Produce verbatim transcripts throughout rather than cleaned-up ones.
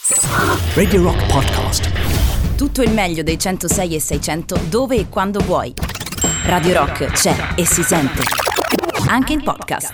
Radio Rock Podcast. Tutto il meglio dei centosei e seicento dove e quando vuoi. Radio Rock c'è e si sente anche in podcast.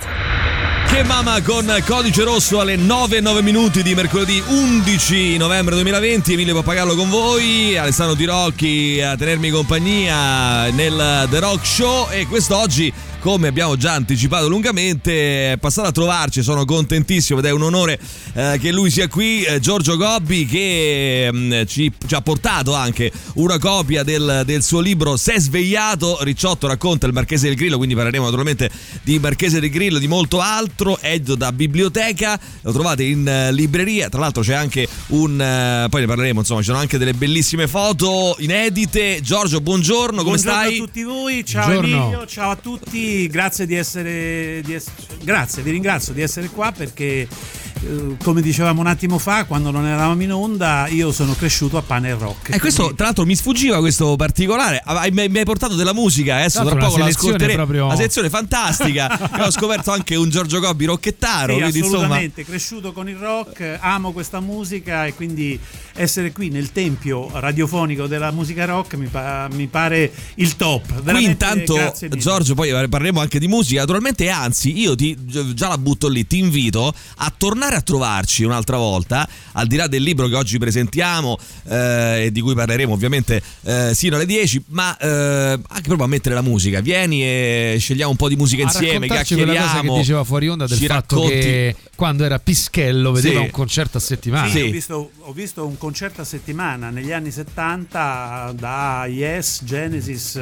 Che mamma con Codice Rosso alle nove e nove minuti di mercoledì undici novembre duemilaventi. Emilio Pappagallo con voi, Alessandro Tirocchi a tenermi compagnia nel The Rock Show. E quest'oggi, come abbiamo già anticipato lungamente, è passato a trovarci, sono contentissimo ed è un onore eh, che lui sia qui, eh, Giorgio Gobbi, che mh, ci, ci ha portato anche una copia del, del suo libro Se è svegliato, Ricciotto racconta il Marchese del Grillo, quindi parleremo naturalmente di Marchese del Grillo, di molto altro, edito da Biblioteca, lo trovate in uh, libreria, tra l'altro c'è anche un, uh, poi ne parleremo, insomma ci sono anche delle bellissime foto inedite. Giorgio, buongiorno, come buongiorno stai? Buongiorno a tutti voi, ciao Buongiorno. Emilio, ciao a tutti. Grazie di essere, di essere grazie, vi ringrazio di essere qua perché eh, come dicevamo un attimo fa, quando non eravamo in onda, io sono cresciuto a pane e rock. E eh, questo quindi... tra l'altro mi sfuggiva questo particolare. Mi hai portato della musica, adesso tra poco la ascolteremo. Proprio... La selezione fantastica. Ho scoperto anche un Giorgio Gobbi rocchettaro. Sì, quindi, assolutamente, insomma... cresciuto con il rock, amo questa musica e quindi essere qui nel tempio radiofonico della musica rock mi, pa- mi pare il top. Veramente, qui intanto grazie mille. Giorgio, poi parleremo anche di musica naturalmente, e anzi io ti già la butto lì, ti invito a tornare a trovarci un'altra volta, al di là del libro che oggi presentiamo eh, e di cui parleremo ovviamente eh, sino alle dieci, ma eh, anche proprio a mettere la musica. Vieni e scegliamo un po' di musica insieme, chiacchieriamo. Quella cosa che diceva fuori onda del fatto racconti... che quando era Pischello vedeva sì. un concerto a settimana. Sì, Sì. Ho, visto, ho visto un concerto a settimana negli anni settanta da Yes, Genesis,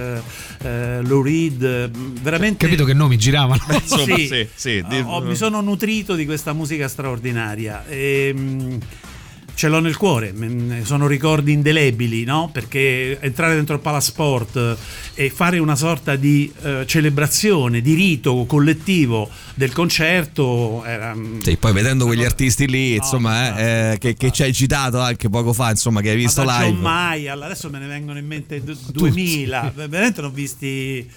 eh, Lou Reed, veramente... Capito che nomi giravano. Insomma, sì, sì, sì. Ho, mi sono nutrito di questa musica straordinaria e mh, ce l'ho nel cuore, sono ricordi indelebili, no? Perché entrare dentro il Palasport e fare una sorta di uh, celebrazione, di rito collettivo del concerto era... Sì, poi vedendo quegli artisti lì, no, insomma, no, eh, che, che ci hai citato anche poco fa, insomma, che hai visto da live. John Mayer, adesso me ne vengono in mente duemila, veramente ne ho visti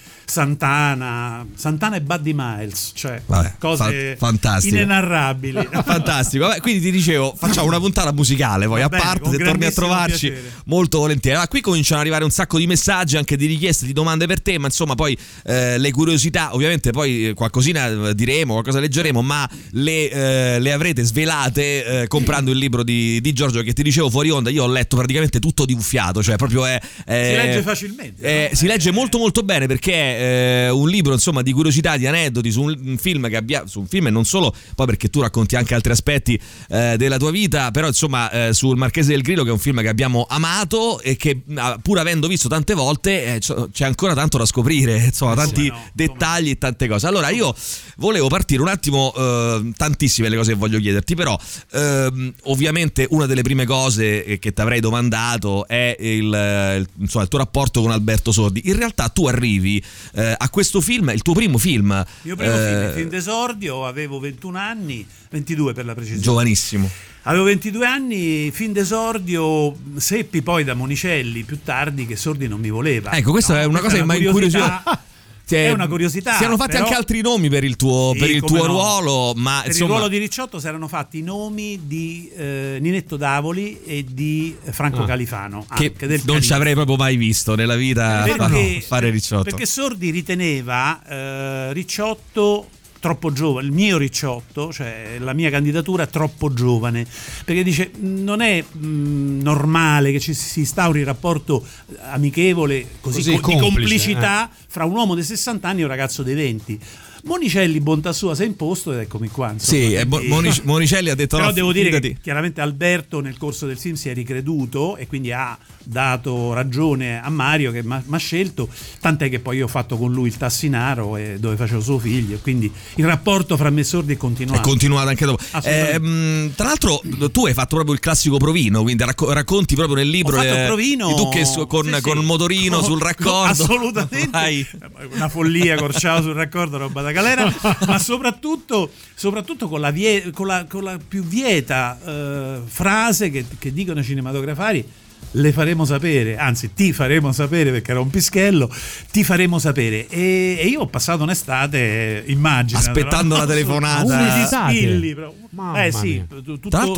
Santana, Santana e Buddy Miles, cioè Vabbè, cose fa- fantastico. inenarrabili. Fantastico. Vabbè, quindi ti dicevo, facciamo una puntata musicale poi, Va a bene, parte, con se torni a grandissimo trovarci piacere. molto volentieri. Allora, qui cominciano ad arrivare un sacco di messaggi, anche di richieste, di domande per te, ma insomma poi eh, le curiosità, ovviamente poi qualcosina diremo, qualcosa leggeremo, ma le, eh, le avrete svelate eh, comprando il libro di, di Giorgio, che ti dicevo fuori onda. Io ho letto praticamente tutto di un fiato, cioè proprio è... è Si legge facilmente. eh, no? Si legge Eh, molto molto bene, perché è eh, un libro insomma di curiosità, di aneddoti su un, un film che abbia, su un film e non solo, poi perché tu racconti anche altri aspetti eh, della tua vita, però insomma eh, sul Marchese del Grillo, che è un film che abbiamo amato e che pur avendo visto tante volte eh, c'è ancora tanto da scoprire, insomma, tanti no, dettagli e tante cose. Allora io volevo partire un attimo, eh, tantissime le cose che voglio chiederti, però eh, ovviamente una delle prime cose che ti avrei domandato è il, il, insomma, il tuo rapporto con Alberto Sordi. In realtà tu arrivi eh, a questo film, il tuo primo film, Il mio primo eh, film, film d'esordio, avevo ventuno anni, ventidue per la precisione. giovanissimo. Avevo ventidue anni, film d'esordio, seppi poi da Monicelli più tardi che Sordi non mi voleva. Ecco, questa no? è una Questa cosa che mi ha incuriosito. È una curiosità. Si erano fatti però... anche altri nomi per il tuo, Sì, per il come tuo no. ruolo, ma per insomma... il ruolo di Ricciotto si erano fatti i nomi di eh, Ninetto Davoli e di Franco Ah. Califano, che anche del non ci Califano. avrei proprio mai visto nella vita Perché- fa- fare Ricciotto. Perché Sordi riteneva eh, Ricciotto troppo giovane, il mio Ricciotto, cioè la mia candidatura troppo giovane, perché dice non è mh, normale che ci si instauri un rapporto amichevole così, Così co- di complice, complicità fra un uomo di sessanta anni e un ragazzo di venti. Monicelli, bontà sua, si è imposto ed eccomi qua. Insomma, Sì, e quindi- Monic- Monicelli ha detto Però no, devo dire fidati. che chiaramente Alberto nel corso del film si è ricreduto e quindi ha dato ragione a Mario che mi ha scelto, tant'è che poi io ho fatto con lui il Tassinaro e dove facevo suo figlio, quindi il rapporto fra me e Sordi è È continuato. continuata anche dopo. Assolutamente. Eh, mh, tra l'altro tu hai fatto proprio il classico provino, quindi racco- racconti proprio nel libro Ho fatto eh, provino di tu che su- con, sì, sì. con il motorino Con- sul raccordo. Assolutamente. Vai. Una follia col ciao sul raccordo, roba da galera, ma soprattutto, soprattutto con, la vie- con, la, con la più vieta eh, frase che, che dicono i cinematografari: le faremo sapere, anzi ti faremo sapere, perché era un pischello, ti faremo sapere. E, e io ho passato un'estate, immagino, Aspettando la telefonata. Un'esitate. Spilli, però. Mamma eh sì, mia. tutto, Tra l'altro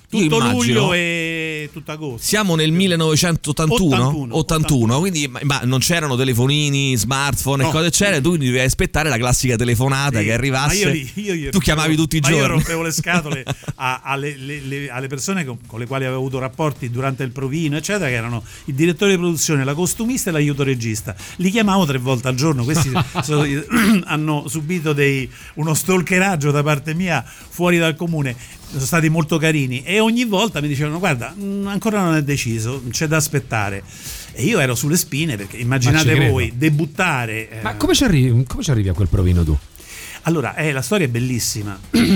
Io tutto immagino, luglio e tutto agosto. Siamo nel millenovecentottantuno, ottantuno, ottantuno, quindi ma, ma non c'erano telefonini, smartphone No. e cose c'era, tu dovevi aspettare la classica telefonata Sì, che arrivasse. ma io, io, io tu chiamavi tutti i ma giorni. Io rompevo le scatole a- alle, le- le- alle persone con, con le quali avevo avuto rapporti durante il provino, eccetera, che erano il direttore di produzione, la costumista e l'aiuto regista. Li chiamavo tre volte al giorno. Questi sono- hanno subito dei, uno stalkeraggio da parte mia fuori dal comune. Sono stati molto carini e ogni volta mi dicevano: guarda, mh, ancora non è deciso, c'è da aspettare. E io ero sulle spine, perché immaginate credo. voi debuttare. eh, Ma come ci, arrivi, come ci arrivi a quel provino tu? Allora, eh, la storia è bellissima.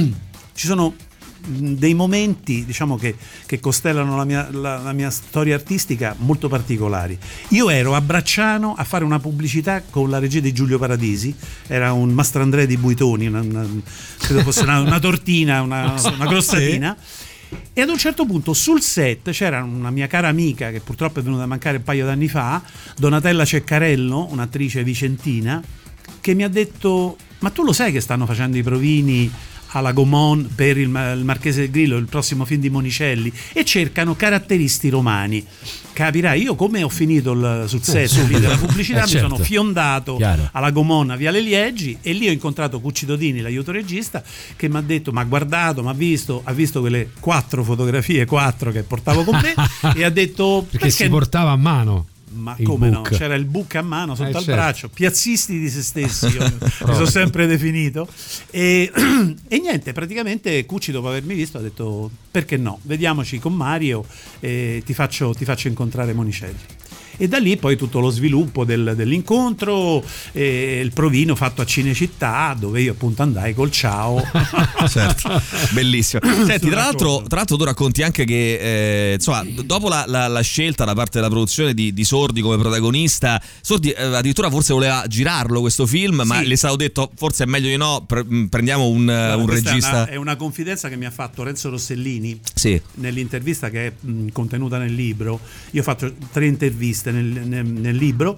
Ci sono mh, dei momenti, diciamo, che, che costellano la mia, la, la mia storia artistica molto particolari. Io ero a Bracciano a fare una pubblicità con la regia di Giulio Paradisi, era un Mastrandrea di Buitoni, una, una, credo fosse una, una tortina, una, una crostatina. E ad un certo punto sul set c'era una mia cara amica che purtroppo è venuta a mancare un paio d'anni fa, Donatella Ceccarello, un'attrice vicentina, che mi ha detto: ma tu lo sai che stanno facendo i provini alla Gaumont per il, il Marchese del Grillo, il prossimo film di Monicelli, e cercano caratteristi romani? Capirai, io come ho finito il, sul set lì della pubblicità, Eh, mi certo. sono fiondato Chiaro. alla Gaumont a Viale Liegi, e lì ho incontrato Cucci Dodini, l'aiuto regista, che mi ha detto: ma ha guardato, ma ha visto, ha visto quelle quattro fotografie, quattro che portavo con me, e ha detto: Perché si portava a mano. ma il come book. no, c'era il book a mano sotto Eh, al certo. braccio, piazzisti di se stessi, io mi sono sempre definito, e, e niente, praticamente Cucci, dopo avermi visto, ha detto: perché no, vediamoci con Mario e ti faccio, ti faccio incontrare Monicelli. E da lì poi tutto lo sviluppo del, dell'incontro, e il provino fatto a Cinecittà, dove io appunto andai col ciao. Certo, bellissimo. Senti, Sono tra l'altro, d'accordo. tra l'altro tu racconti anche che eh, insomma, d- dopo la, la- la scelta da parte della produzione di, di Sordi come protagonista, Sordi eh, addirittura forse voleva girarlo questo film, ma Sì. le è stato detto forse è meglio di no, pre- mh, prendiamo un, Guarda, un questa regista. È una, è una confidenza che mi ha fatto Renzo Rossellini. Sì. Nell'intervista che è mh, contenuta nel libro. Io ho fatto tre interviste nel, nel- nel libro,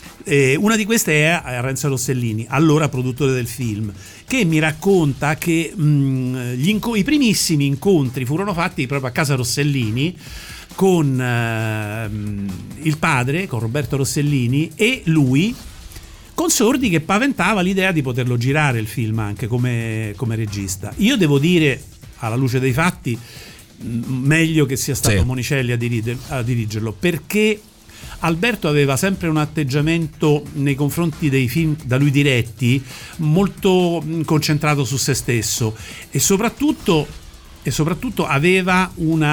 e una di queste è a Renzo Rossellini, allora produttore del film, che mi racconta che mh, gli inco- i primissimi incontri furono fatti proprio a casa Rossellini con ehm, il padre, con Roberto Rossellini, e lui con Sordi, che paventava l'idea di poterlo girare il film anche come, come regista. Io devo dire, alla luce dei fatti, mh, meglio che sia stato Sì. Monicelli a, dirige- a dirigerlo, perché Alberto aveva sempre un atteggiamento nei confronti dei film da lui diretti molto mh, concentrato su se stesso, e soprattutto e soprattutto aveva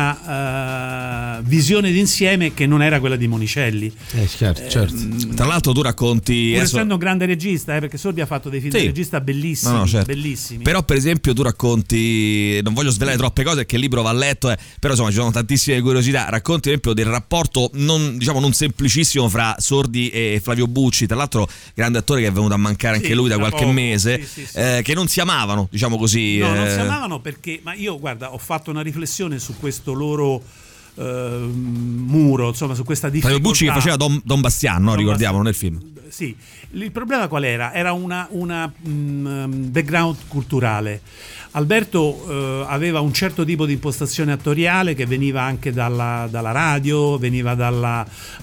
una uh, visione d'insieme che non era quella di Monicelli. Eh, certo, certo. Tra l'altro tu racconti Pur adesso- essendo un grande regista, eh, perché Sordi ha fatto dei film Sì. di regista bellissimi, No, no, certo. bellissimi. Però per esempio tu racconti, non voglio svelare troppe cose perché il libro va letto, eh, però insomma ci sono tantissime curiosità. Racconti per esempio del rapporto non, diciamo, non semplicissimo fra Sordi e Flavio Bucci, tra l'altro grande attore che è venuto a mancare anche Sì, lui da da qualche poco. mese, Sì, sì, sì. eh, che non si amavano, diciamo così. No, non eh. si amavano, perché, ma io guarda, ho fatto una riflessione su questo loro eh, muro, insomma, su questa difficoltà. Flavio Bucci che faceva Don, Don Bastian, no? Don Ricordiamolo Bastian. nel film. Sì, il problema qual era? Era una, una mm, background culturale. Alberto eh, aveva un certo tipo di impostazione attoriale che veniva anche dalla, dalla radio, veniva dalla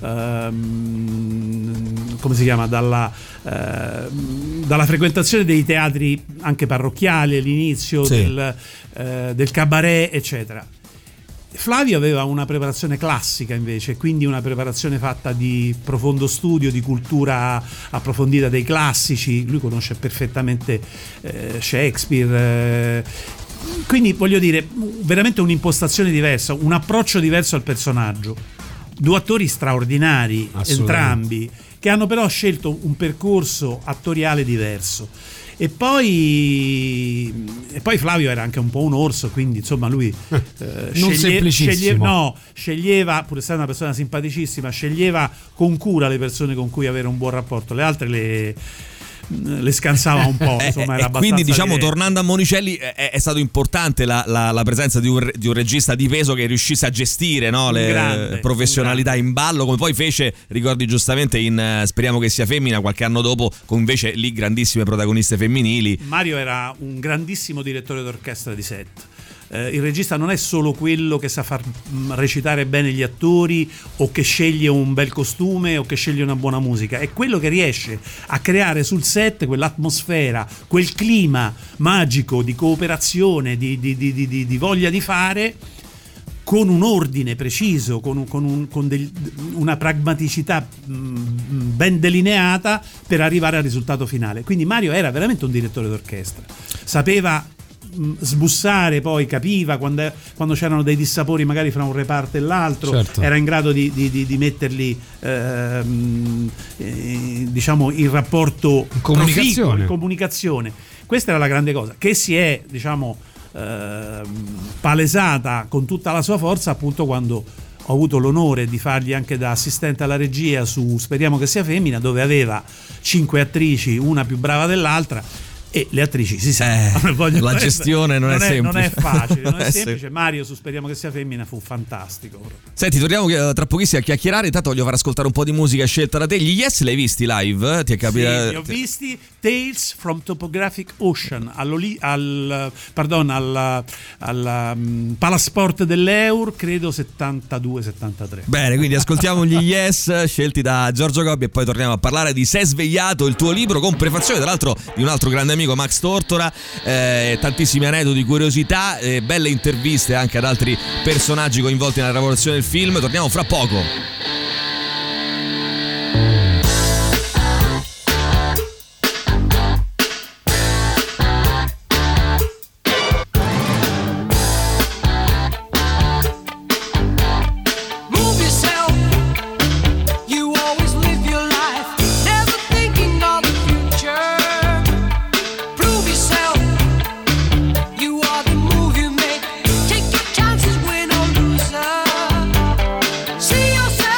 ehm, come si chiama? Dalla, ehm, dalla frequentazione dei teatri anche parrocchiali all'inizio, Sì. del, eh, del cabaret, eccetera. Flavio aveva una preparazione classica invece, quindi una preparazione fatta di profondo studio, di cultura approfondita dei classici. Lui conosce perfettamente eh, Shakespeare, eh, quindi voglio dire, veramente un'impostazione diversa, un approccio diverso al personaggio. Due attori straordinari, Assolutamente. entrambi, che hanno però scelto un percorso attoriale diverso. E poi, e poi Flavio era anche un po' un orso, quindi insomma lui eh, Non semplicissimo. sceglieva, no, sceglieva, pur essendo una persona simpaticissima, sceglieva con cura le persone con cui avere un buon rapporto, le altre le, le scansava un po', Eh, insomma, eh, era e quindi abbastanza diciamo diretto. tornando a Monicelli è, è stato importante la, la- la presenza di un, re- di un regista di peso che riuscisse a gestire, no, Un le grande, professionalità un grande. in ballo, come poi fece, ricordi giustamente in eh, Speriamo che sia femmina qualche anno dopo, con invece lì grandissime protagoniste femminili. Mario era un grandissimo direttore d'orchestra di set. eh, il regista non è solo quello che sa far mh, recitare bene gli attori o che sceglie un bel costume o che sceglie una buona musica, è quello che riesce a creare sul set quell'atmosfera, quel clima magico di cooperazione, di, di, di, di, di voglia di fare, con un ordine preciso, con, un, con, un, con del, una pragmaticità mh, ben delineata per arrivare al risultato finale. Quindi Mario era veramente un direttore d'orchestra, sapeva mh, sbussare, poi capiva quando, quando c'erano dei dissapori magari fra un reparto e l'altro, certo. Era in grado di, di, di, di metterli eh, eh, diciamo in rapporto comunicazione. proficuo, in comunicazione. Questa era la grande cosa, che si è, diciamo, Eh, palesata con tutta la sua forza appunto quando ho avuto l'onore di fargli anche da assistente alla regia su Speriamo che sia femmina, dove aveva cinque attrici, una più brava dell'altra, e le attrici si sa, eh, la gestione non, non, è, è non è facile, non è eh, semplice. sì. Mario su Speriamo che sia femmina fu fantastico. Senti, torniamo tra pochissimo a chiacchierare. Intanto voglio far ascoltare un po' di musica scelta da te. Gli Yes li hai visti live? Ti è capitato? Sì, li ho visti. Tales from Topographic Ocean all'Oli- al pardon al, al um, Palasport dell'Eur, credo settantadue settantatré. Bene, quindi ascoltiamo gli Yes scelti da Giorgio Gobbi e poi torniamo a parlare di Se è svegliato, il tuo libro con prefazione tra l'altro di un altro grande amico, Max Tortora, eh, tantissimi aneddoti, curiosità, eh, belle interviste anche ad altri personaggi coinvolti nella lavorazione del film. Torniamo fra poco. See yourself.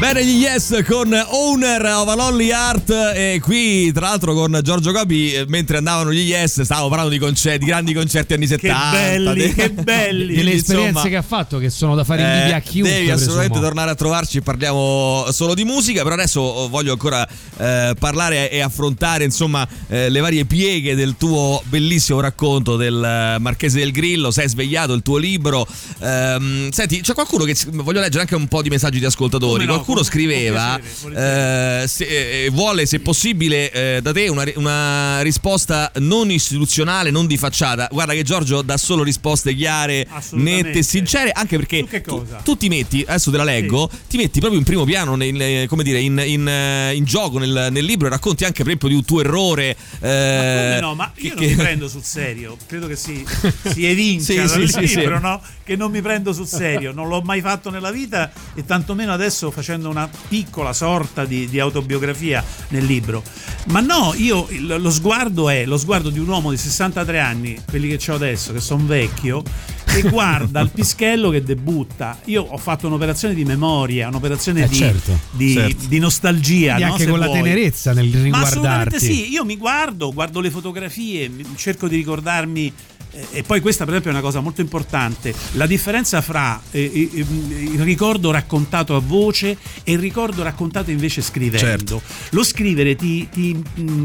Bene, gli Yes con Owner of a Lonely Heart. E qui tra l'altro con Giorgio Capi, mentre andavano gli Yes, stavamo parlando di concerti, di grandi concerti anni settanta. Che belli, de- che belli. Delle esperienze Insomma, che ha fatto che sono da fare invidia eh, a chiunque. devi assolutamente presumo. tornare a trovarci e parliamo solo di musica. Però adesso voglio ancora eh, parlare e affrontare insomma eh, le varie pieghe del tuo bellissimo racconto del Marchese del Grillo. Sei svegliato, il tuo libro. Ehm, senti, c'è qualcuno che voglio leggere anche un po' di messaggi di ascoltatori. No, qualcuno con, scriveva con piacere, eh, se, eh, vuole se possibile eh, da te una, una risposta non istituzionale, non di facciata. Guarda che Giorgio dà solo risposte chiare, nette e sincere, anche perché che tu, cosa? tu ti metti, adesso te la leggo, sì. ti metti proprio in primo piano nel, come dire, in, in, in gioco nel, nel libro, e racconti anche per esempio di un tuo errore. Ma eh, come no, ma io che, non che... mi prendo sul serio, credo che si, si evincia sì, dal sì, libro, sì, no? Che non mi prendo sul serio, non l'ho mai fatto nella vita e tantomeno adesso facendo una piccola sorta di, di autobiografia nel libro. Ma no, io lo sguardo è lo sguardo di un uomo di sessantatré anni, quelli che ho adesso, che sono vecchio, che guarda il pischello che debutta. Io ho fatto un'operazione di memoria, un'operazione eh di, certo, di, certo. di nostalgia, e no? anche Se con vuoi. la tenerezza nel Ma riguardarti. assolutamente sì, io mi guardo, guardo le fotografie, cerco di ricordarmi. E poi questa per esempio è una cosa molto importante, la differenza fra eh, il ricordo raccontato a voce e il ricordo raccontato invece scrivendo. Certo. Lo scrivere ti, ti,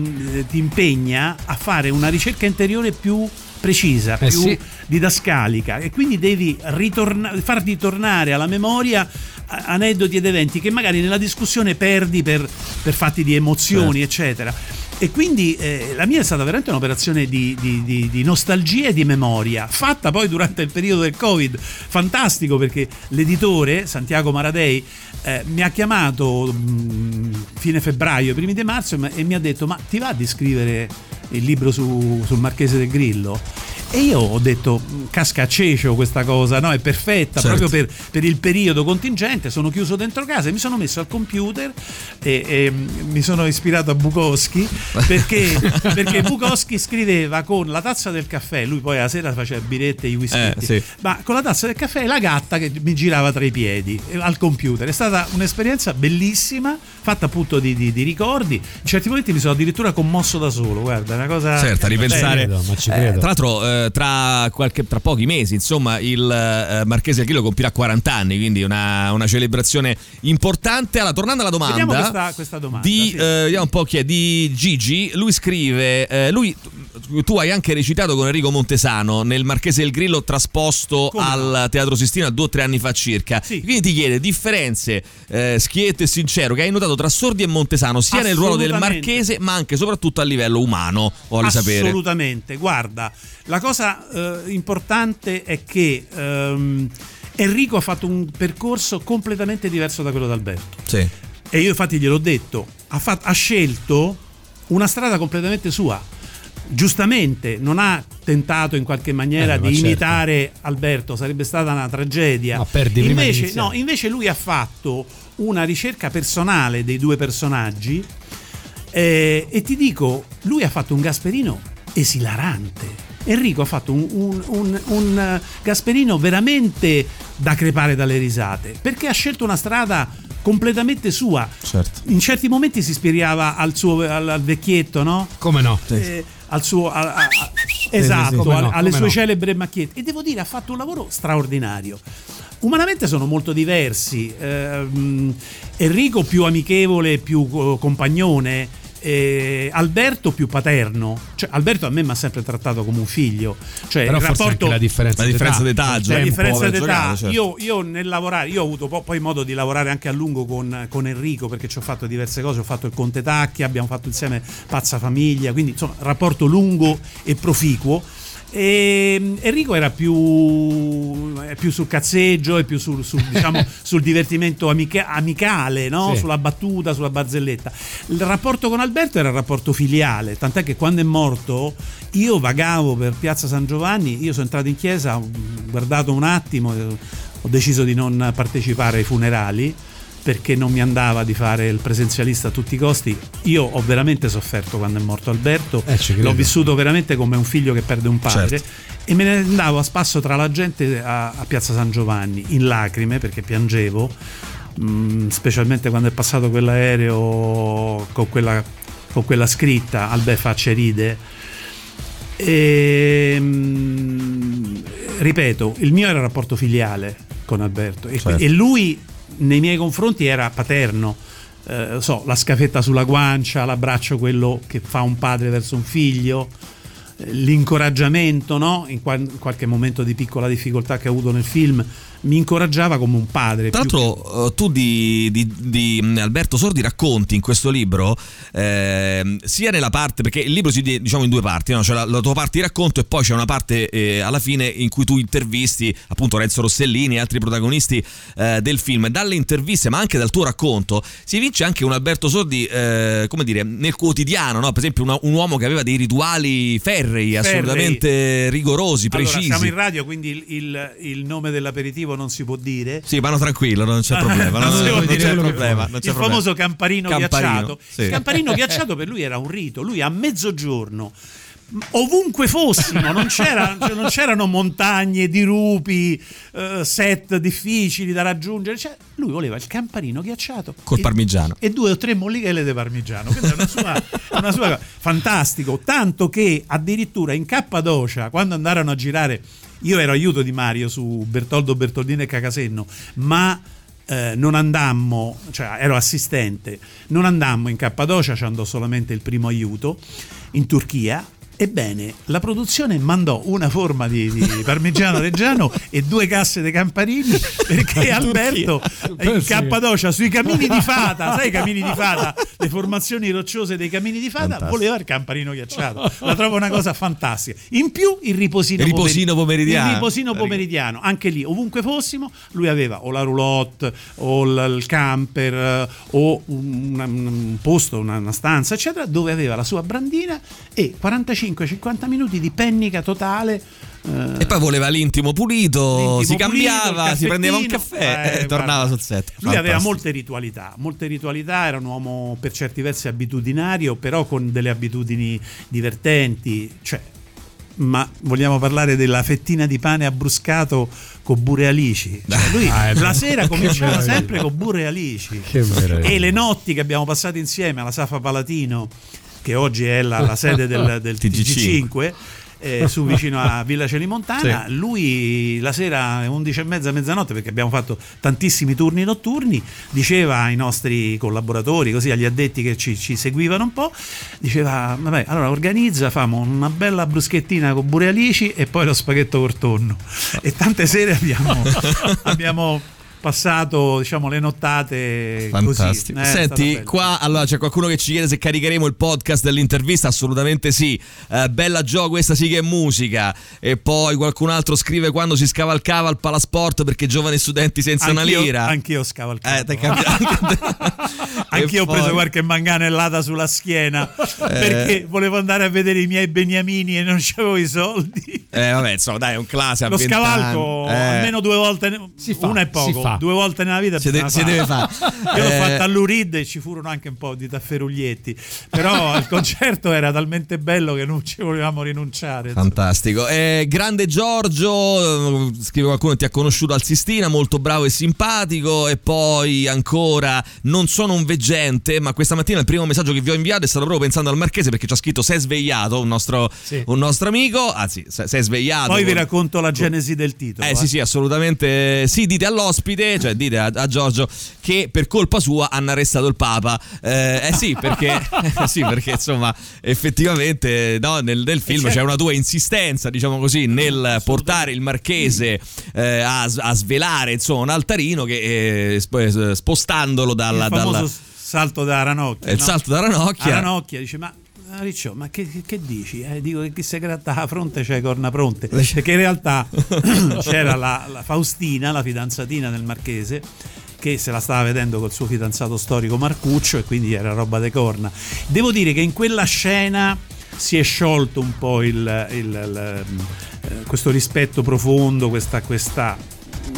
ti impegna a fare una ricerca interiore più precisa, eh più sì. didascalica, e quindi devi ritorna- far ritornare alla memoria aneddoti ed eventi che magari nella discussione perdi per, per fatti di emozioni, certo. eccetera. E quindi eh, la mia è stata veramente un'operazione di, di, di, di nostalgia e di memoria, fatta poi durante il periodo del Covid. Fantastico, perché l'editore Santiago Maradei eh, mi ha chiamato mh, fine febbraio, primi di marzo, e mi ha detto: ma ti va di scrivere il libro su, sul Marchese del Grillo? E io ho detto: casca a cecio questa cosa, no? È perfetta, certo. proprio per, per il periodo contingente. Sono chiuso dentro casa e mi sono messo al computer e, e mi sono ispirato a Bukowski, perché, perché Bukowski scriveva con la tazza del caffè, lui poi la sera faceva birette e i whisky, eh, sì. ma con la tazza del caffè e la gatta che mi girava tra i piedi al computer. È stata un'esperienza bellissima, fatta appunto di, di, di ricordi. In certi momenti mi sono addirittura commosso da solo, guarda, è una cosa certo, a ripensare. Credo, ma ci credo. Eh, tra l'altro eh, tra, qualche, tra pochi mesi insomma il eh, Marchese del Grillo compirà quaranta anni, quindi una, una celebrazione importante. Allora, tornando alla domanda, vediamo questa, questa domanda di, sì. eh, vediamo un po' chi è, di Gigi. Lui scrive eh, lui, tu hai anche recitato con Enrico Montesano nel Marchese del Grillo trasposto Come al no? Teatro Sistina due o tre anni fa circa, sì. quindi ti chiede differenze eh, schietto e sincero che hai notato tra Sordi e Montesano, sia nel ruolo del Marchese ma anche e soprattutto a livello umano, voglio sapere. Assolutamente, guarda, la cosa eh, importante è che ehm, Enrico ha fatto un percorso completamente diverso da quello d'Alberto, sì. e io infatti gliel'ho detto, ha, fatto, ha scelto una strada completamente sua. Giustamente non ha tentato in qualche maniera eh, di certo. imitare Alberto, sarebbe stata una tragedia. Ma perdi prima di invece, iniziare. no, invece lui ha fatto una ricerca personale dei due personaggi, eh, e ti dico, lui ha fatto un Gasperino esilarante. Enrico ha fatto un, un, un, un Gasperino veramente da crepare dalle risate, perché ha scelto una strada completamente sua. Certo. In certi momenti si ispirava al suo al, al vecchietto, no? Come no? Eh, al suo a, a, a, esatto, sì, sì, al, no, alle sue no. celebri macchiette, e devo dire ha fatto un lavoro straordinario. Umanamente sono molto diversi. eh, Enrico più amichevole, più uh, compagnone, eh, Alberto più paterno. Cioè, Alberto a me mi ha sempre trattato come un figlio, cioè Però il forse rapporto, anche la differenza, la differenza d'età, d'età la la differenza d'età, giocato, certo. io, io nel lavorare, io ho avuto po- poi modo di lavorare anche a lungo con, con Enrico, perché ci ho fatto diverse cose, ho fatto il Conte Tacchia, abbiamo fatto insieme Pazza Famiglia, quindi insomma rapporto lungo e proficuo. E Enrico era più, più sul cazzeggio e più sul, sul, diciamo, sul divertimento amica- amicale, no? Sì. Sulla battuta, sulla barzelletta. Il rapporto con Alberto era il rapporto filiale, tant'è che quando è morto io vagavo per Piazza San Giovanni, io sono entrato in chiesa, ho guardato un attimo, ho deciso di non partecipare ai funerali perché non mi andava di fare il presenzialista a tutti i costi. Io ho veramente sofferto quando è morto Alberto, eh, l'ho vissuto veramente come un figlio che perde un padre, certo. e me ne andavo a spasso tra la gente a, a Piazza San Giovanni in lacrime perché piangevo. mh, specialmente quando è passato quell'aereo con quella, con quella scritta Albè facce ride. E, mh, ripeto, il mio era un rapporto filiale con Alberto e, certo. e lui nei miei confronti era paterno. Eh, so, la scafetta sulla guancia, l'abbraccio quello che fa un padre verso un figlio, eh, l'incoraggiamento, no? In, qua- in qualche momento di piccola difficoltà che ho avuto nel film mi incoraggiava come un padre. Tra più l'altro che... tu di, di, di Alberto Sordi racconti in questo libro eh, sia nella parte, perché il libro si divide diciamo in due parti, no? C'è la, la tua parte di racconto e poi c'è una parte eh, alla fine in cui tu intervisti appunto Renzo Rossellini e altri protagonisti eh, del film. Dalle interviste ma anche dal tuo racconto si evince anche un Alberto Sordi eh, come dire nel quotidiano, no? Per esempio una, un uomo che aveva dei rituali ferrei, ferrei. assolutamente rigorosi, precisi. Allora, siamo in radio, quindi il, il, il nome dell'aperitivo non si può dire. Sì, ma no, tranquillo, non c'è problema. non, non, non, non c'è c'è problema. problema non c'è il problema. famoso camparino, camparino ghiacciato. sì. Il camparino ghiacciato per lui era un rito. Lui a mezzogiorno, ovunque fossimo, non, c'era, non c'erano montagne, dirupi, eh, set difficili da raggiungere. Cioè, lui voleva il camparino ghiacciato col e, parmigiano e due o tre mollichelle di parmigiano. Quindi è una sua, una sua fantastico. Tanto che addirittura in Cappadocia, quando andarono a girare, io ero aiuto di Mario su Bertoldo, Bertoldino e Cacasenno, ma eh, non andammo, cioè ero assistente, non andammo in Cappadocia, ci andò solamente il primo aiuto, in Turchia. Ebbene, la produzione mandò una forma di, di parmigiano reggiano e due casse di camparini perché Alberto in Cappadocia sui camini di fata, sai i camini di fata, le formazioni rocciose dei camini di fata, fantastico. Voleva il camparino ghiacciato. La trovo una cosa fantastica. In più il riposino, il riposino pomeridiano. Il riposino pomeridiano, anche lì, ovunque fossimo, lui aveva o la roulotte o il camper o un, un posto, una, una stanza, eccetera, dove aveva la sua brandina e quarantacinque cinquanta minuti di pennica totale. Eh, e poi voleva l'intimo pulito, l'intimo si cambiava, pulito, si prendeva un caffè eh, e tornava guarda, sul set. Lui Fantastico. aveva molte ritualità, molte ritualità, era un uomo per certi versi abitudinario, però con delle abitudini divertenti, cioè, ma vogliamo parlare della fettina di pane abbruscato con burre alici, cioè lui ah, la sera cominciava sempre con burre alici e le notti che abbiamo passato insieme alla Safa Palatino, che oggi è la, la sede del, del T G cinque, eh, su vicino a Villa Celimontana, sì. Lui la sera undici e mezza, mezzanotte, perché abbiamo fatto tantissimi turni notturni, diceva ai nostri collaboratori, così agli addetti che ci, ci seguivano un po', diceva vabbè, allora organizza, famo una bella bruschettina con burre alici e poi lo spaghetto col tonno. E tante sere abbiamo abbiamo passato, diciamo, le nottate fantastico. Così. Eh, Senti, qua allora c'è qualcuno che ci chiede se caricheremo il podcast dell'intervista. Assolutamente sì. Eh, bella Gio, questa sì che è musica. E poi qualcun altro scrive quando si scavalcava al Palasport perché giovani studenti senza anch'io, una lira. Anch'io ho scavalcato. Eh, t'hai cambiato. Anch'io ho poi... preso qualche manganellata sulla schiena eh... perché volevo andare a vedere i miei beniamini e non c'avevo i soldi. Eh vabbè, insomma, dai, è un classico. Lo scavalco eh... almeno due volte, si fa, una è poco. Due volte nella vita si, de- si deve fare. Io l'ho eh... fatta all'Urid e ci furono anche un po' di tafferuglietti, però il concerto era talmente bello che non ci volevamo rinunciare. Fantastico. Eh, grande Giorgio, scrive qualcuno, ti ha conosciuto al Sistina, molto bravo e simpatico. E poi ancora, non sono un veggente, ma questa mattina il primo messaggio che vi ho inviato è stato proprio pensando al Marchese, perché ci ha scritto sei svegliato un nostro, sì. un nostro amico, anzi sei svegliato. Poi con... vi racconto la genesi del titolo. Eh, eh. sì sì, assolutamente sì, dite all'ospite, cioè dite a, a Giorgio che per colpa sua hanno arrestato il Papa. Eh, eh sì, perché sì, perché insomma effettivamente no, nel, nel film certo. C'è una tua insistenza, diciamo così, nel portare il Marchese eh, a, a svelare insomma un altarino che eh, spostandolo dalla, il famoso dalla... salto da Ranocchia. Il no? salto da Ranocchia. Ranocchia dice ma Riccio, ma che, che dici? Eh, dico che chi si gratta la fronte c'è corna pronte, perché in realtà c'era la, la Faustina, la fidanzatina del Marchese, che se la stava vedendo col suo fidanzato storico Marcuccio e quindi era roba de corna. Devo dire che in quella scena si è sciolto un po' il, il, il, il questo rispetto profondo, questa, questa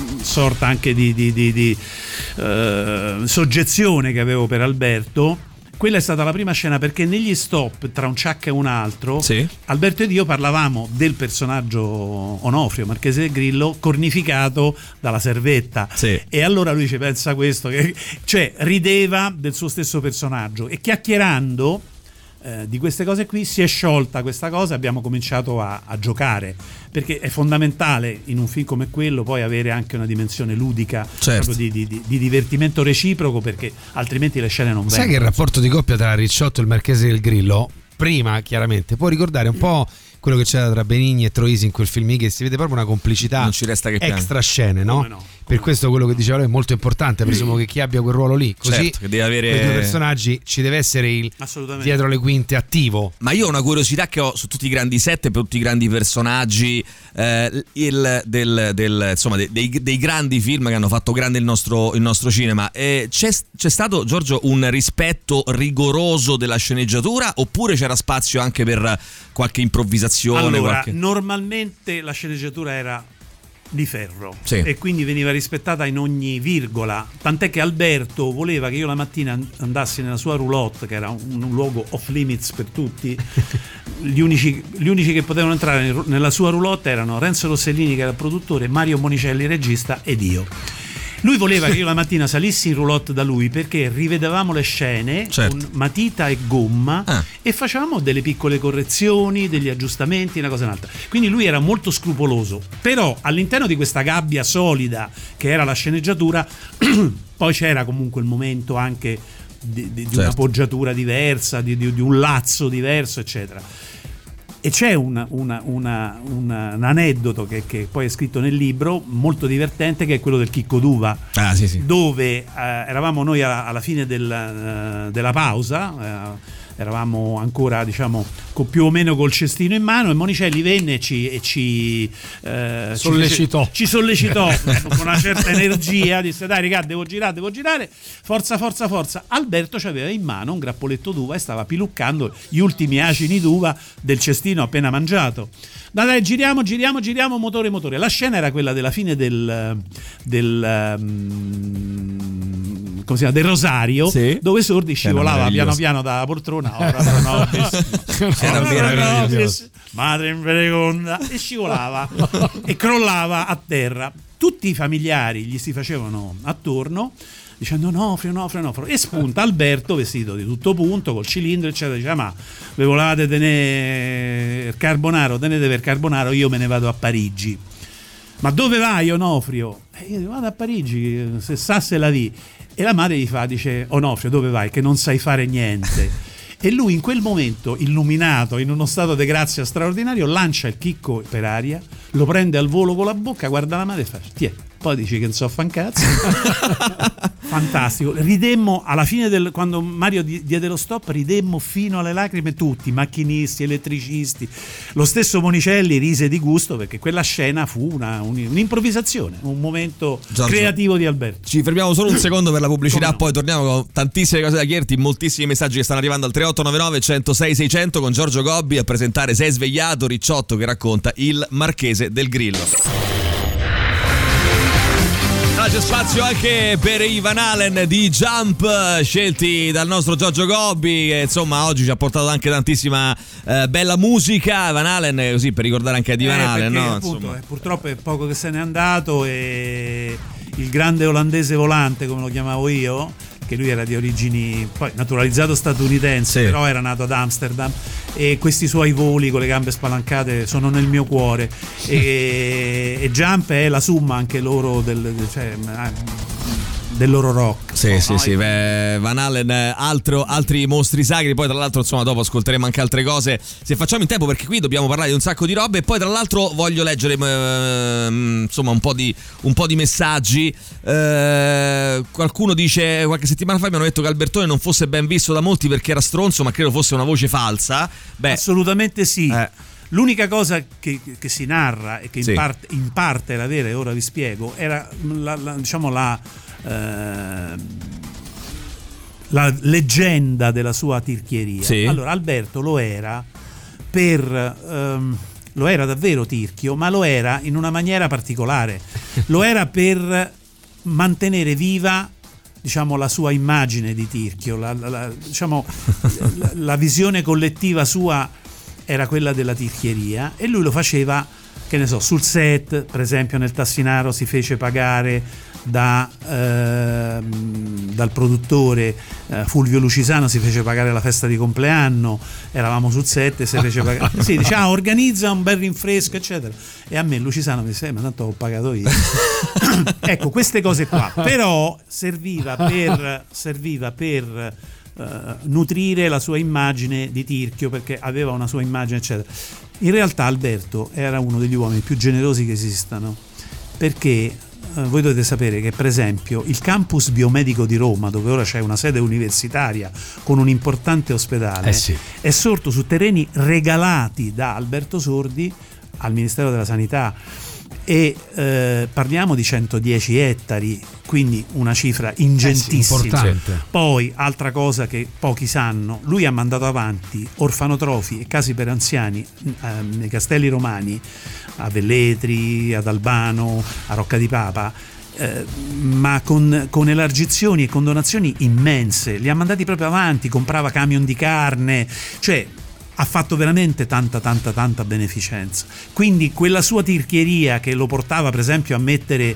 sorta anche di, di, di, di uh, soggezione che avevo per Alberto. quella è stata la prima scena, perché negli stop tra un ciak e un altro, sì, Alberto ed io parlavamo del personaggio Onofrio, Marchese del Grillo, cornificato dalla servetta, sì. E allora lui ci pensa questo, che, cioè rideva del suo stesso personaggio, e chiacchierando eh, di queste cose qui si è sciolta questa cosa, abbiamo cominciato a, a giocare, perché è fondamentale in un film come quello poi avere anche una dimensione ludica, certo, proprio di, di, di divertimento reciproco, perché altrimenti le scene non vengono. Sai che il rapporto di coppia tra Ricciotto e il Marchese del Grillo, prima chiaramente, può ricordare un po' quello che c'era tra Benigni e Troisi in quel film, che si vede proprio una complicità, non ci resta che extra scene, no? Come no? Per questo quello che diceva lui è molto importante, presumo che chi abbia quel ruolo lì, così certo, che deve avere quei due personaggi, ci deve essere il dietro le quinte attivo. Ma io ho una curiosità che ho su tutti i grandi set e per tutti i grandi personaggi eh, il, del, del, insomma dei, dei, dei grandi film che hanno fatto grande il nostro, il nostro cinema. Eh, c'è, c'è stato, Giorgio, un rispetto rigoroso della sceneggiatura, oppure c'era spazio anche per qualche improvvisazione? Allora, qualche... normalmente la sceneggiatura era di ferro, sì, e quindi veniva rispettata in ogni virgola, tant'è che Alberto voleva che io la mattina andassi nella sua roulotte, che era un, un luogo off limits per tutti. Gli unici, gli unici che potevano entrare nella sua roulotte erano Renzo Rossellini, che era il produttore, Mario Monicelli, regista, ed io. Lui voleva che io la mattina salissi in roulotte da lui, perché rivedevamo le scene, certo, con matita e gomma, ah, e facevamo delle piccole correzioni, degli aggiustamenti, una cosa e un'altra. Quindi lui era molto scrupoloso, però all'interno di questa gabbia solida che era la sceneggiatura poi c'era comunque il momento anche di, di, di certo, una poggiatura diversa, di, di, di un lazzo diverso, eccetera. E c'è una, una, una, una, un aneddoto che, che poi è scritto nel libro, molto divertente, che è quello del chicco d'uva, ah, sì, sì, dove eh, eravamo noi alla, alla fine del, uh, della pausa, eh, eravamo ancora, diciamo, con più o meno col cestino in mano, e Monicelli venne e ci, e ci eh, sollecitò ci, ci sollecitò con una certa energia, disse: dai raga, devo girare, devo girare, forza, forza, forza. Alberto aveva in mano un grappoletto d'uva e stava piluccando gli ultimi acini d'uva del cestino appena mangiato. Dai, dai, giriamo, giriamo, giriamo, motore, motore. La scena era quella della fine del del um, come si chiama, del Rosario, sì, dove Sordi scivolava piano piano dalla poltrona, ora no, era meraviglioso, madre in vereconda, e scivolava e crollava a terra. Tutti i familiari gli si facevano attorno dicendo: Onofrio, Onofrio, Onofrio, e spunta Alberto vestito di tutto punto col cilindro eccetera, dice: ma ve volevate tenere il carbonaro, tenete per carbonaro, io me ne vado a Parigi. Ma dove vai, Onofrio? E io dico: vado a Parigi, se sa se la vi. E la madre gli fa, dice: Onofrio, dove vai, che non sai fare niente. E lui in quel momento, illuminato, in uno stato di grazia straordinario, lancia il chicco per aria, lo prende al volo con la bocca, guarda la madre e fa: tiè. Poi dici che non so fan cazzo. Fantastico. Ridemmo alla fine del, quando Mario diede lo stop, ridemmo fino alle lacrime tutti, macchinisti, elettricisti. Lo stesso Monicelli rise di gusto, perché quella scena fu una, un'improvvisazione, un momento Giorgio, creativo di Alberto. Ci fermiamo solo un secondo per la pubblicità, no, poi torniamo con tantissime cose da chiederti, moltissimi messaggi che stanno arrivando al tre otto nove nove, centosei, seicento con Giorgio Gobbi a presentare Sei svegliato, Ricciotto che racconta il Marchese del Grillo. C'è spazio anche per i Van Halen di Jump, scelti dal nostro Giorgio Gobbi, che insomma oggi ci ha portato anche tantissima eh, bella musica. Van Halen, così per ricordare anche di Van eh, Halen, perché, no? Appunto, eh, purtroppo è poco che se n'è andato, e il grande olandese volante, come lo chiamavo io, che lui era di origini poi naturalizzato statunitense, sì, però era nato ad Amsterdam, e questi suoi voli con le gambe spalancate sono nel mio cuore, e, e Jump è la summa anche loro del, cioè, del loro rock. Sì, no, sì, no? sì. Beh, Van Halen, altro, altri mostri sacri. Poi, tra l'altro, insomma, dopo ascolteremo anche altre cose, se facciamo in tempo, perché qui dobbiamo parlare di un sacco di robe. E poi, tra l'altro, voglio leggere eh, insomma un po' di, un po' di messaggi. Eh, qualcuno dice: qualche settimana fa mi hanno detto che Albertone non fosse ben visto da molti perché era stronzo, ma credo fosse una voce falsa. Beh, assolutamente sì. Eh. L'unica cosa che, che si narra e che in, sì, parte, in parte era vera, e ora vi spiego, era la, la, diciamo la eh, la leggenda della sua tirchieria. Sì. Allora, Alberto lo era per ehm, lo era davvero tirchio, ma lo era in una maniera particolare. Lo era per mantenere viva, diciamo, la sua immagine di Tirchio, la, la, la, diciamo, la, la visione collettiva sua era quella della tirchieria, e lui lo faceva, che ne so, sul set, per esempio nel Tassinaro si fece pagare da, eh, dal produttore eh, Fulvio Lucisano, si fece pagare la festa di compleanno, eravamo sul set e si fece pagare, sì, dice, ah, organizza un bel rinfresco eccetera, e a me Lucisano mi disse, eh, ma tanto ho pagato io. Ecco, queste cose qua, però serviva per serviva per uh, nutrire la sua immagine di Tirchio, perché aveva una sua immagine eccetera. In realtà Alberto era uno degli uomini più generosi che esistano, perché voi dovete sapere che, per esempio, il campus biomedico di Roma, dove ora c'è una sede universitaria con un importante ospedale, eh sì. è sorto su terreni regalati da Alberto Sordi al Ministero della Sanità, e eh, parliamo di centodieci ettari, quindi una cifra ingentissima. Eh sì, poi, altra cosa che pochi sanno, lui ha mandato avanti orfanotrofi e casi per anziani eh, nei Castelli Romani, a Velletri, ad Albano, a Rocca di Papa, eh, ma con, con elargizioni e con donazioni immense. Li ha mandati proprio avanti, comprava camion di carne, cioè ha fatto veramente tanta tanta tanta beneficenza. Quindi quella sua tirchieria che lo portava, per esempio, a mettere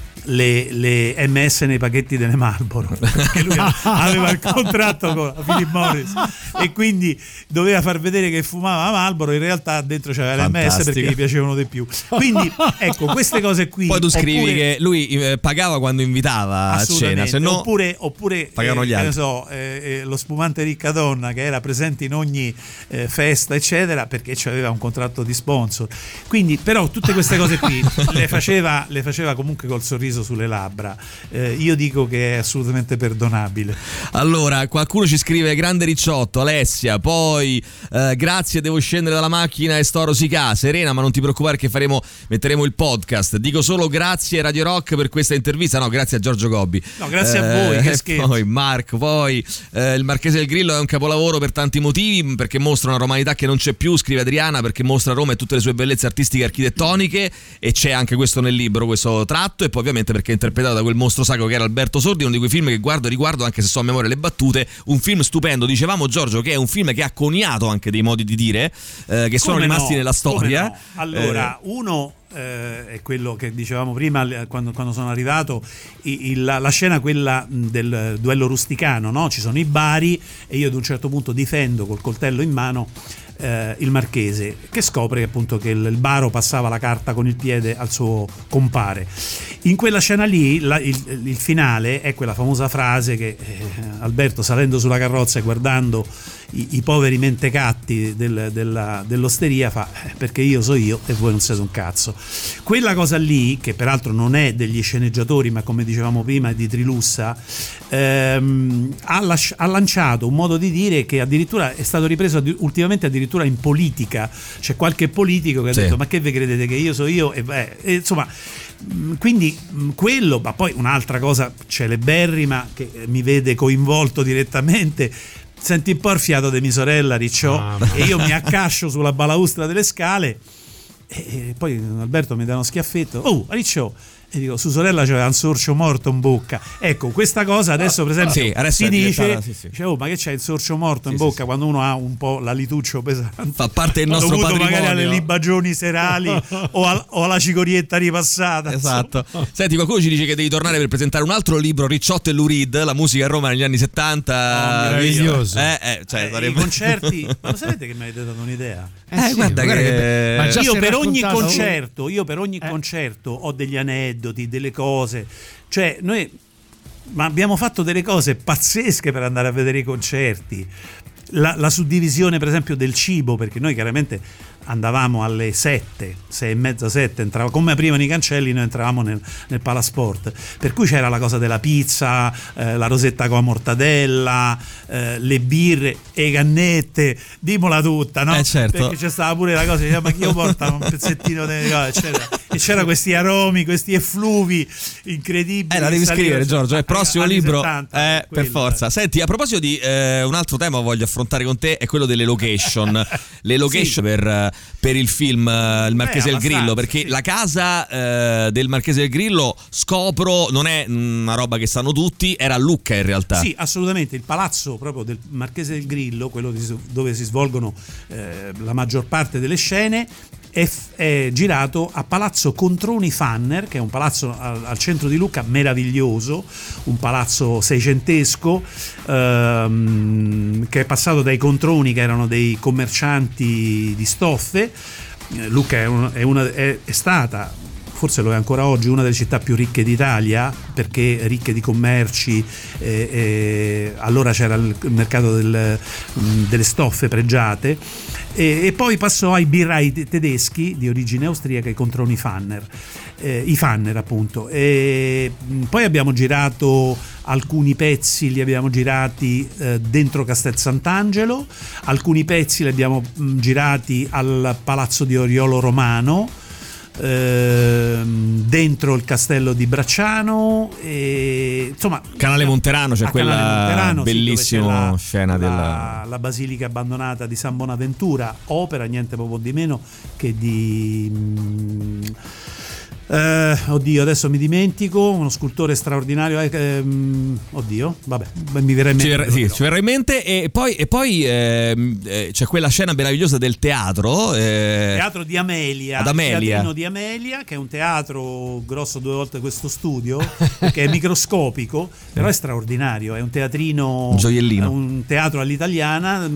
le, le emme esse nei pacchetti delle Marlboro, perché lui aveva il contratto con Philip Morris e quindi doveva far vedere che fumava Marlboro, in realtà dentro c'era le emme esse perché gli piacevano di più. Quindi ecco, queste cose qui. Poi tu scrivi oppure, che lui eh, pagava quando invitava a cena, se no oppure, oppure pagavano eh, gli altri. Che ne so, eh, eh, lo spumante Ricca Donna, che era presente in ogni eh, festa eccetera, perché aveva un contratto di sponsor. Quindi, però, tutte queste cose qui le faceva, le faceva comunque col sorriso sulle labbra. Eh, io dico che è assolutamente perdonabile. Allora, qualcuno ci scrive: grande Ricciotto, Alessia, poi eh, grazie, devo scendere dalla macchina e sto a Rosicà. Serena, ma non ti preoccupare che faremo, metteremo il podcast. Dico solo grazie Radio Rock per questa intervista. No, grazie a Giorgio Gobbi. No, grazie eh, a voi, che scherzo. Poi Marco, poi eh, il Marchese del Grillo è un capolavoro per tanti motivi, perché mostra una romanità che non c'è più, scrive Adriana, perché mostra Roma e tutte le sue bellezze artistiche e architettoniche, e c'è anche questo nel libro, questo tratto, e poi ovviamente perché è interpretato da quel mostro sacro che era Alberto Sordi, uno di quei film che guardo e riguardo anche se so a memoria le battute. Un film stupendo, dicevamo, Giorgio, che è un film che ha coniato anche dei modi di dire eh, che sono Come rimasti no? nella storia. No? Allora, eh, uno eh, è quello che dicevamo prima quando, quando sono arrivato, il, la, la scena quella del duello rusticano, no? Ci sono i bari e io ad un certo punto difendo col coltello in mano Eh, il Marchese, che scopre appunto che il, il baro passava la carta con il piede al suo compare. In quella scena lì la, il, il finale è quella famosa frase che eh, Alberto, salendo sulla carrozza e guardando i, i poveri mentecatti del, della, dell'osteria, fa eh, perché io so io e voi non siete un cazzo. Quella cosa lì, che peraltro non è degli sceneggiatori ma come dicevamo prima è di Trilussa, ehm, ha, lasci- ha lanciato un modo di dire che addirittura è stato ripreso addi- ultimamente addirittura in politica. C'è qualche politico che ha sì. detto ma che vi credete che io so io, e beh, e, insomma, quindi quello. Ma poi un'altra cosa celeberrima che mi vede coinvolto direttamente: senti un po' il fiato di mia sorella Ricciò, ah, e io mi accascio sulla balaustra delle scale e poi Alberto mi dà uno schiaffetto, oh Ricciò, e dico, su sorella c'era un sorcio morto in bocca. Ecco, questa cosa adesso per esempio sì, adesso si dice, sì, sì. dice, oh, ma che c'è il sorcio morto in sì, bocca, sì, quando uno ha un po' l'alituccio pesante, fa parte del nostro dovuto patrimonio, magari alle libagioni serali o, al, o alla cicorietta ripassata. Esatto. Senti, qualcuno ci dice che devi tornare per presentare un altro libro, Ricciotto e Lurid, la musica a Roma negli anni settanta. Oh, meraviglioso. Eh, eh, cioè, eh, sarebbe... I concerti, ma lo sapete che mi avete dato un'idea? Eh, sì, guarda che... che... Ma già io per ogni raccontato... concerto io per ogni eh. concerto ho degli aneddoti, delle cose, cioè noi ma abbiamo fatto delle cose pazzesche per andare a vedere i concerti. La, la suddivisione per esempio del cibo, perché noi chiaramente andavamo alle sette, sei e mezza, sette, entrava, come aprivano i cancelli noi entravamo nel, nel Palasport, per cui c'era la cosa della pizza, eh, la rosetta con la mortadella, eh, le birre e cannette, dimola tutta, no? Eh certo. Perché c'è stata pure la cosa, diceva, ma chi io porta un pezzettino di cose, eccetera. e c'era questi aromi, questi effluvi incredibili. Eh, la devi scrivere, Giorgio, è il prossimo libro. settanta, eh, per forza. Senti, a proposito di eh, un altro tema che voglio affrontare con te è quello delle location. Le location sì. per, per il film uh, Il Marchese del Grillo, perché sì. la casa uh, del Marchese del Grillo, scopro, non è una roba che sanno tutti, era a Lucca in realtà. Sì, assolutamente. Il palazzo proprio del Marchese del Grillo, quello dove si svolgono eh, la maggior parte delle scene, È, è girato a Palazzo Controni Fanner, che è un palazzo al, al centro di Lucca meraviglioso, un palazzo seicentesco ehm, che è passato dai Controni, che erano dei commercianti di stoffe. Lucca è, un, è, una, è, è stata, forse lo è ancora oggi, una delle città più ricche d'Italia, perché ricche di commerci, eh, eh, allora c'era il mercato del, delle stoffe pregiate, e, e poi passò ai birrai tedeschi di origine austriaca, i Controni Fanner, eh, i Fanner appunto. E poi abbiamo girato alcuni pezzi, li abbiamo girati eh, dentro Castel Sant'Angelo, alcuni pezzi li abbiamo mh, girati al Palazzo di Oriolo Romano, dentro il castello di Bracciano, e insomma Canale Monterano, c'è quella Monterano, bellissima sì, la, scena della la, la basilica abbandonata di San Bonaventura, opera niente poco di meno che di mh, Uh, oddio, adesso mi dimentico, uno scultore straordinario, eh, ehm, oddio, vabbè, mi verrà in mente. Ci verrà, sì, ci verrà in mente. E poi, e poi ehm, eh, c'è quella scena meravigliosa del teatro, eh, teatro di Amelia, ad Amelia. Il teatrino di Amelia, che è un teatro grosso due volte questo studio, che è microscopico, però è straordinario, è un teatrino, un gioiellino, un teatro all'italiana,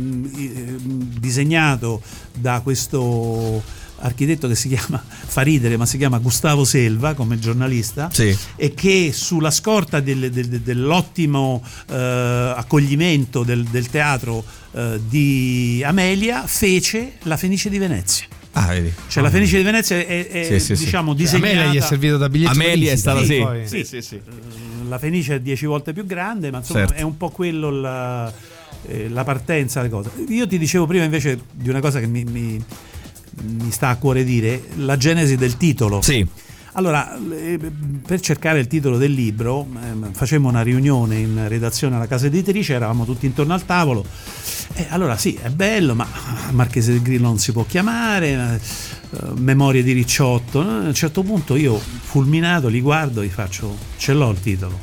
mh, disegnato da questo architetto che si chiama, fa ridere, ma si chiama Gustavo Selva come giornalista, sì. e che sulla scorta del, del, dell'ottimo eh, accoglimento del, del teatro eh, di Amelia fece La Fenice di Venezia. Ah, vedi. Cioè la Fenice di Venezia è, è sì, sì, diciamo sì. disegnata. Amelia gli è servito da biglietto. Amelia è stata sì. Sì, sì, sì. La Fenice è dieci volte più grande, ma insomma certo. è un po' quello la, eh, la partenza, le cose. Io ti dicevo prima invece di una cosa che mi, mi mi sta a cuore dire, la genesi del titolo. Sì. Allora, per cercare il titolo del libro, facemmo una riunione in redazione alla casa editrice, eravamo tutti intorno al tavolo, e allora sì, è bello, ma Marchese del Grillo non si può chiamare, Memorie di Ricciotto. A un certo punto io, fulminato, li guardo e gli faccio, ce l'ho il titolo.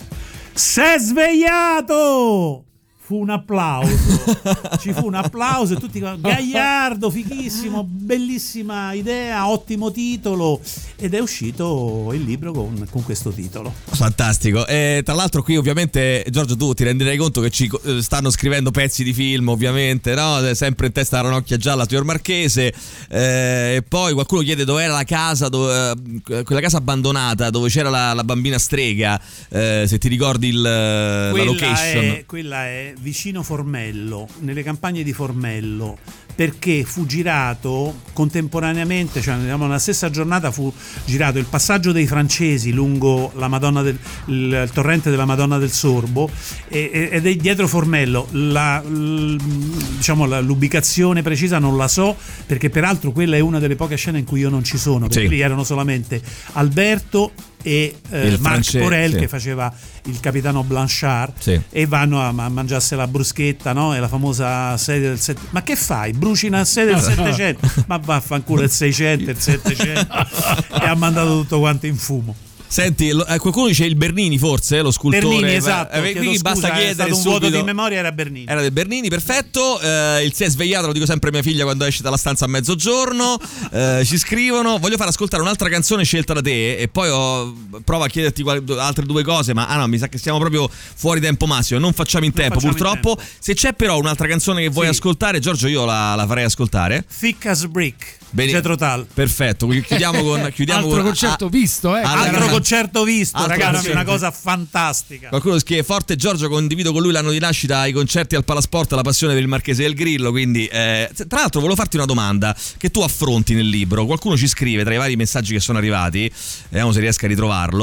S'è svegliato! Fu un applauso, ci fu un applauso e tutti Gagliardo, fighissimo, bellissima idea, ottimo titolo, ed è uscito il libro con, con questo titolo. Fantastico. E tra l'altro qui ovviamente, Giorgio, tu ti renderai conto che ci stanno scrivendo pezzi di film, ovviamente, no? Sempre in testa la Ranocchia Gialla, signor Marchese, eh, e poi qualcuno chiede dove era la casa, dove, quella casa abbandonata dove c'era la, la bambina strega, eh, se ti ricordi il, la location. È, quella è vicino Formello, nelle campagne di Formello, perché fu girato contemporaneamente, cioè nella stessa giornata fu girato il passaggio dei francesi lungo la Madonna del, il, il torrente della Madonna del Sorbo, e, ed è dietro Formello. La, l, diciamo la, l'ubicazione precisa non la so, perché peraltro quella è una delle poche scene in cui io non ci sono, perché sì. lì erano solamente Alberto e eh, Marc Porel, sì. che faceva il capitano Blanchard, sì. e vanno a, a mangiarsi la bruschetta, no? E la famosa sedia del settecento. Ma che fai? Bruci una sedia del settecento? Ma vaffanculo, il seicento, il settecento, e ha mandato tutto quanto in fumo. Senti, qualcuno dice il Bernini, forse, lo scultore. Bernini, esatto. Eh, quindi scusa, basta chiedere è stato un subito. voto di memoria, era Bernini. Era del Bernini, perfetto. Eh, il si è svegliato, lo dico sempre a mia figlia quando esce dalla stanza a mezzogiorno. Eh, ci scrivono. Voglio far ascoltare un'altra canzone scelta da te, e poi ho, provo a chiederti qual, altre due cose, ma ah no, mi sa che siamo proprio fuori tempo massimo. Non facciamo in non tempo, facciamo purtroppo. In tempo. Se c'è però un'altra canzone che vuoi sì. ascoltare, Giorgio, io la, la farei ascoltare. Thick as Brick. Jethro Tull. Perfetto, chiudiamo con chiudiamo altro con, concerto a, visto, eh. Altro concerto visto, altro ragazzi, concerto. Una cosa fantastica. Qualcuno scrive: forte Giorgio, condivido con lui l'anno di nascita ai concerti al Palasport, la passione per il Marchese del Grillo. Quindi, eh, tra l'altro, volevo farti una domanda che tu affronti nel libro. Qualcuno ci scrive tra i vari messaggi che sono arrivati, vediamo se riesco a ritrovarlo.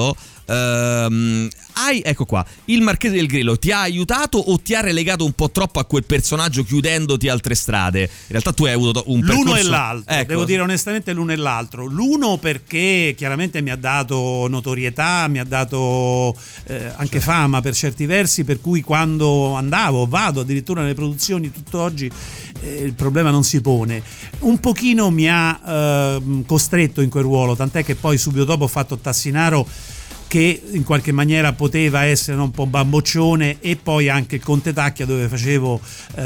ehm, hai, ecco qua, il Marchese del Grillo ti ha aiutato o ti ha relegato un po' troppo a quel personaggio chiudendoti altre strade? In realtà tu hai avuto un percorso... L'uno e l'altro, ecco. Devo dire onestamente l'uno e l'altro. L'uno perché chiaramente mi ha dato notorietà, mi ha dato eh, anche certo. fama per certi versi, per cui quando andavo, vado addirittura nelle produzioni tutt'oggi, eh, il problema non si pone. Un pochino mi ha eh, costretto in quel ruolo, tant'è che poi subito dopo ho fatto Tassinaro, che in qualche maniera poteva essere un po' bamboccione, e poi anche il Conte Tacchia dove facevo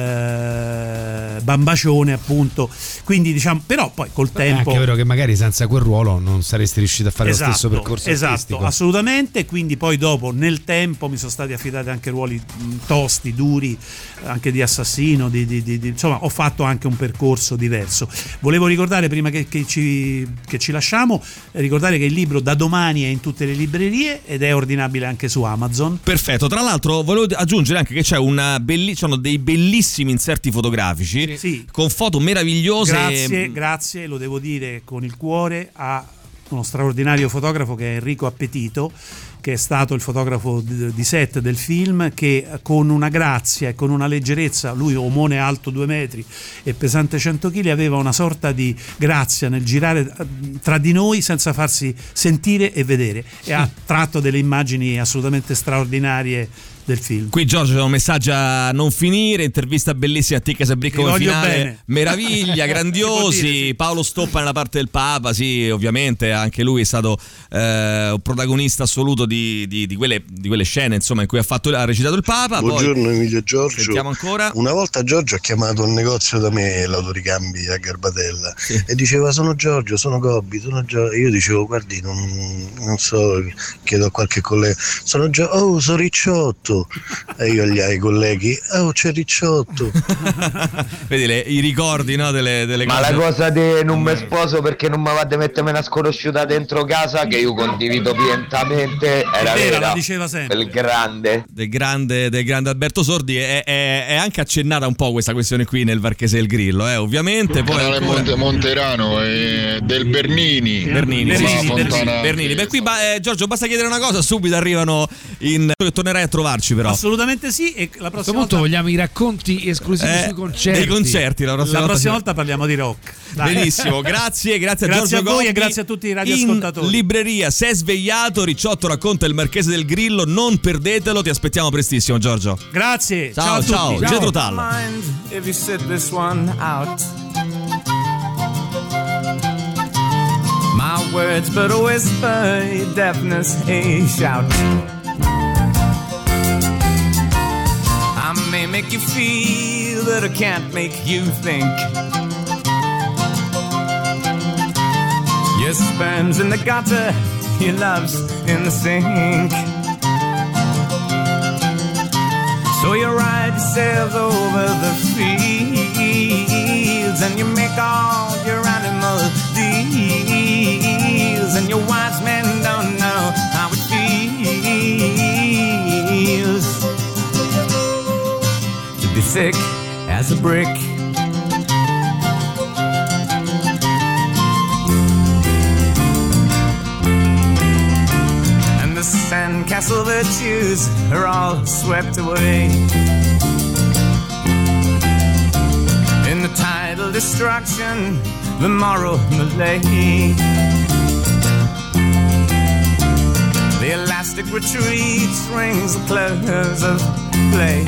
eh, bambacione appunto, quindi diciamo, però poi col tempo è anche vero che magari senza quel ruolo non saresti riuscito a fare esatto, lo stesso percorso esatto, artistico. assolutamente. Quindi poi dopo nel tempo mi sono stati affidati anche ruoli tosti, duri, anche di assassino, di, di, di, di, insomma ho fatto anche un percorso diverso. Volevo ricordare prima che, che, ci, che ci lasciamo, ricordare che il libro da domani è in tutte le librerie ed è ordinabile anche su Amazon. Perfetto. Tra l'altro volevo aggiungere anche che c'è una belli- sono dei bellissimi inserti fotografici sì. con foto meravigliose. Grazie, grazie, lo devo dire con il cuore, a uno straordinario fotografo che è Enrico Appetito, che è stato il fotografo di set del film, che con una grazia e con una leggerezza, lui omone alto due metri e pesante cento chili, aveva una sorta di grazia nel girare tra di noi senza farsi sentire e vedere, e ha tratto delle immagini assolutamente straordinarie del film. Qui Giorgio c'è un messaggio a non finire, intervista bellissima a Ticca Sabricca come finale, bene. meraviglia, grandiosi. dire, sì. Paolo Stoppa nella parte del Papa, sì, ovviamente anche lui è stato eh, un protagonista assoluto di, di, di, quelle, di quelle scene, insomma, in cui ha, fatto, ha recitato il Papa. Buongiorno poi, Emilio Giorgio. sentiamo ancora. Una volta Giorgio ha chiamato un negozio da me, l'autoricambi a Garbatella, sì. e diceva: sono Giorgio, sono Gobbi, sono Giorgio. Io dicevo: guardi, non, non so, chiedo a qualche collega, sono Giorgio, oh, sono Ricciotto. E io gli ai colleghi: oh, c'è Ricciotto. Vedi le, i ricordi, no, delle, delle ma cose. La cosa di non mi sposo perché non mi va di mettermi una sconosciuta dentro casa, che io condivido pienamente, era vera, vera, la diceva sempre. del grande del grande del grande Alberto Sordi. È, è, è anche accennata un po' questa questione qui nel Marchese del Grillo, eh, ovviamente. Poi Canale ancora... Monte, Monterano e del Bernini Bernini, Bernini, sì, sì, Fontana, Bernini. Beh, qui eh, Giorgio, basta chiedere una cosa, subito arrivano in... tornerai a trovarci, però assolutamente sì. E la a questo prossima punto volta vogliamo i racconti esclusivi eh, sui concerti. dei concerti la prossima, la volta, prossima si... volta parliamo di rock. Dai. Benissimo, grazie, grazie a grazie Giorgio a voi Gobbi. e grazie a tutti i radioascoltatori. In libreria Si è svegliato, Ricciotto racconta il Marchese del Grillo, non perdetelo, ti aspettiamo prestissimo, Giorgio. Grazie, Ciao, ciao a tutti. ciao, Getro Tal. If you sit this one out, my words but a whisper, deafness a shout. I may make you feel, but I can't make you think. Your sperm's in the gutter, your love's in the sink. So you ride yourselves over the fields, and you make all your animal deals, and your wise men don't know how it feels to be thick as a brick. And the sandcastle virtues are all swept away in the tidal destruction, the moral malaise. The elastic retreat rings the close of play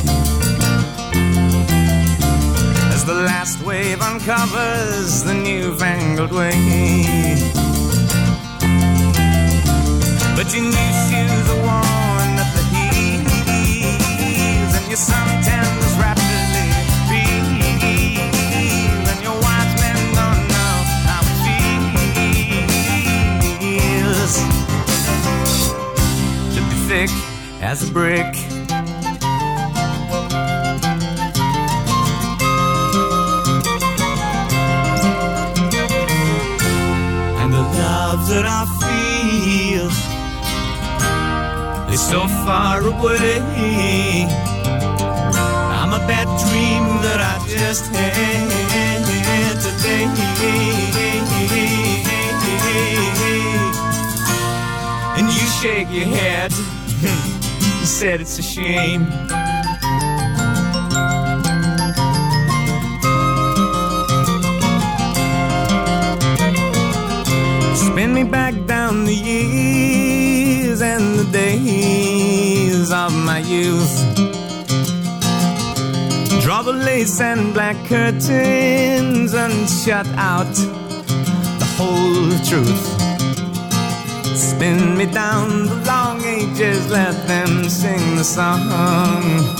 as the last wave uncovers the newfangled way. But your new shoes are worn at the heels, and your suntans rapidly feel, and your wise men don't know how it feels to be thick as a brick. And the love that I feel is so far away. I'm a bad dream that I just had today. And you shake your head. You said it's a shame. Spin me back down the years and the days of my youth. Draw the lace and black curtains and shut out the whole truth. Spin me down the long ages, let them sing the song.